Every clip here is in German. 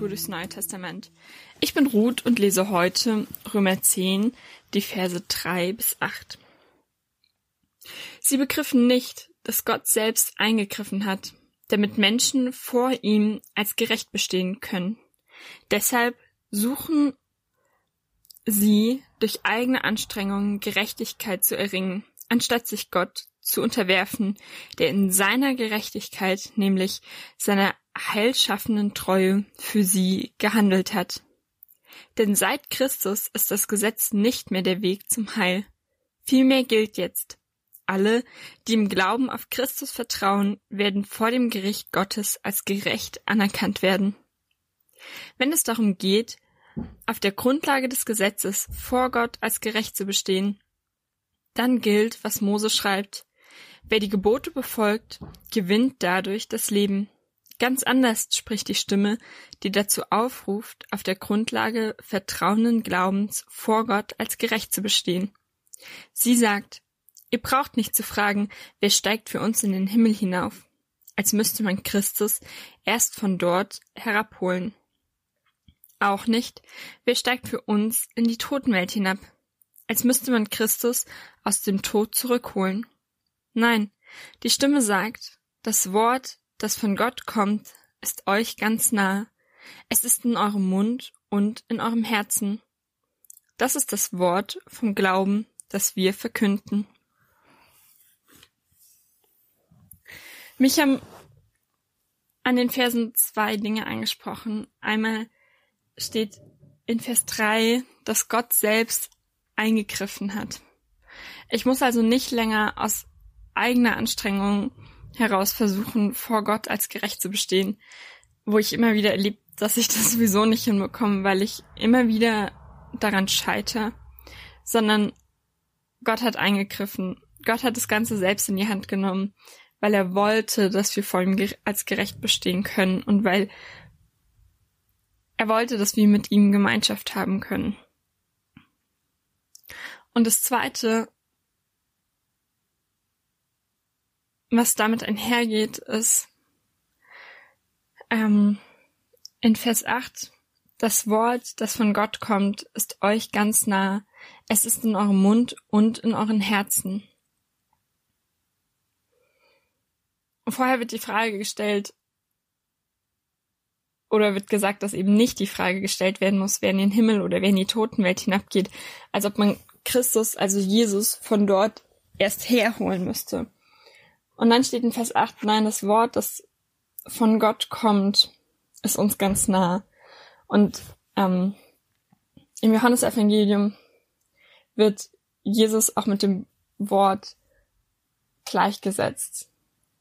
Tour durchs Neue Testament. Ich bin Ruth und lese heute Römer 10, die Verse 3 bis 8. Sie begriffen nicht, dass Gott selbst eingegriffen hat, damit Menschen vor ihm als gerecht bestehen können. Deshalb suchen sie durch eigene Anstrengungen Gerechtigkeit zu erringen, anstatt sich Gott zu unterwerfen, der in seiner Gerechtigkeit, nämlich seiner heilschaffenden Treue, für sie gehandelt hat. Denn seit Christus ist das Gesetz nicht mehr der Weg zum Heil. Vielmehr gilt jetzt: Alle, die im Glauben auf Christus vertrauen, werden vor dem Gericht Gottes als gerecht anerkannt werden. Wenn es darum geht, auf der Grundlage des Gesetzes vor Gott als gerecht zu bestehen, dann gilt, was Mose schreibt: Wer die Gebote befolgt, gewinnt dadurch das Leben. Ganz anders spricht die Stimme, die dazu aufruft, auf der Grundlage vertrauenden Glaubens vor Gott als gerecht zu bestehen. Sie sagt: Ihr braucht nicht zu fragen, wer steigt für uns in den Himmel hinauf, als müsste man Christus erst von dort herabholen. Auch nicht, wer steigt für uns in die Totenwelt hinab, als müsste man Christus aus dem Tod zurückholen. Nein, die Stimme sagt: Das Wort, das von Gott kommt, ist euch ganz nahe. Es ist in eurem Mund und in eurem Herzen. Das ist das Wort vom Glauben, das wir verkünden. Mich haben an den Versen 2 Dinge angesprochen. Einmal steht in Vers 3, dass Gott selbst eingegriffen hat. Ich muss also nicht länger aus eigener Anstrengung heraus versuchen, vor Gott als gerecht zu bestehen, wo ich immer wieder erlebe, dass ich das sowieso nicht hinbekomme, weil ich immer wieder daran scheitere, sondern Gott hat eingegriffen. Gott hat das Ganze selbst in die Hand genommen, weil er wollte, dass wir vor ihm als gerecht bestehen können und weil er wollte, dass wir mit ihm Gemeinschaft haben können. Und das Zweite, was damit einhergeht, ist in Vers 8, das Wort, das von Gott kommt, ist euch ganz nah. Es ist in eurem Mund und in euren Herzen. Und vorher wird die Frage gestellt, oder wird gesagt, dass eben nicht die Frage gestellt werden muss, wer in den Himmel oder wer in die Totenwelt hinabgeht, als ob man Christus, also Jesus, von dort erst herholen müsste. Und dann steht in Vers 8, nein, das Wort, das von Gott kommt, ist uns ganz nah. Und im Johannesevangelium wird Jesus auch mit dem Wort gleichgesetzt.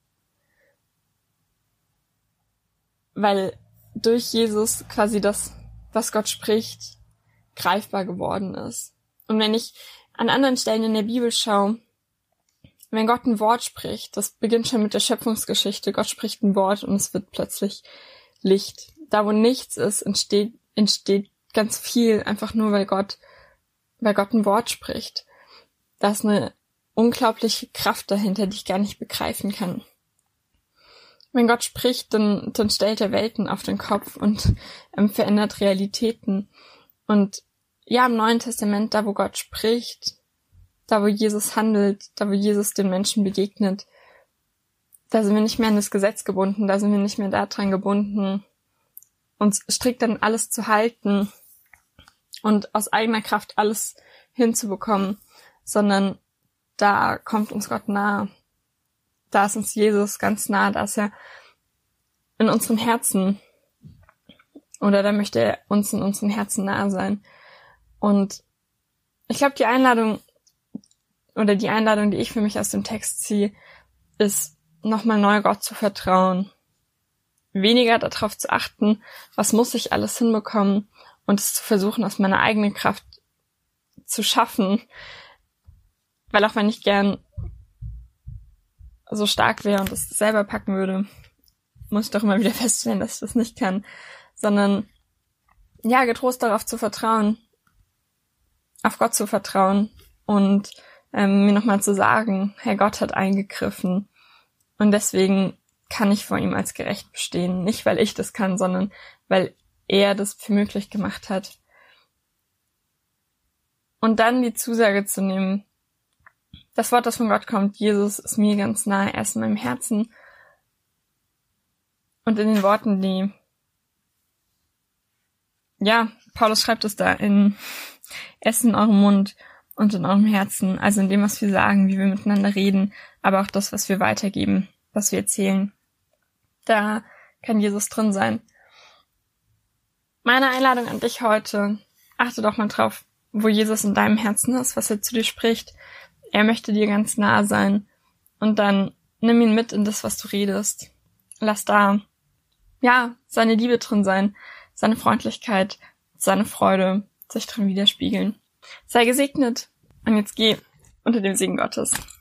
Weil durch Jesus quasi das, was Gott spricht, greifbar geworden ist. Und wenn ich an anderen Stellen in der Bibel schaue, wenn Gott ein Wort spricht, das beginnt schon mit der Schöpfungsgeschichte, Gott spricht ein Wort und es wird plötzlich Licht. Da wo nichts ist, entsteht ganz viel, einfach nur weil Gott ein Wort spricht. Da ist eine unglaubliche Kraft dahinter, die ich gar nicht begreifen kann. Wenn Gott spricht, dann stellt er Welten auf den Kopf und verändert Realitäten. Und ja, im Neuen Testament, da wo Gott spricht, da wo Jesus handelt, da wo Jesus den Menschen begegnet, da sind wir nicht mehr an das Gesetz gebunden, da sind wir nicht mehr daran gebunden, uns strikt an alles zu halten und aus eigener Kraft alles hinzubekommen, sondern da kommt uns Gott nahe. Da ist uns Jesus ganz nah, da ist er in unseren Herzen, oder da möchte er uns in unseren Herzen nahe sein. Und ich glaube, die Einladung, die ich für mich aus dem Text ziehe, ist, nochmal neu Gott zu vertrauen. Weniger darauf zu achten, was muss ich alles hinbekommen, und es zu versuchen, aus meiner eigenen Kraft zu schaffen. Weil auch wenn ich gern so stark wäre und es selber packen würde, muss ich doch immer wieder feststellen, dass ich das nicht kann. Sondern, ja, getrost darauf zu vertrauen, auf Gott zu vertrauen und mir nochmal zu sagen, Herr, Gott hat eingegriffen und deswegen kann ich vor ihm als gerecht bestehen. Nicht, weil ich das kann, sondern weil er das für möglich gemacht hat. Und dann die Zusage zu nehmen, das Wort, das von Gott kommt, Jesus ist mir ganz nahe, er ist in meinem Herzen. Und in den Worten, die, ja, Paulus schreibt es da, er ist in eurem Mund und in eurem Herzen, also in dem, was wir sagen, wie wir miteinander reden, aber auch das, was wir weitergeben, was wir erzählen. Da kann Jesus drin sein. Meine Einladung an dich heute, achte doch mal drauf, wo Jesus in deinem Herzen ist, was er zu dir spricht. Er möchte dir ganz nahe sein. Und dann nimm ihn mit in das, was du redest. Lass da, ja, seine Liebe drin sein, seine Freundlichkeit, seine Freude sich drin widerspiegeln. Sei gesegnet und jetzt geh unter dem Segen Gottes.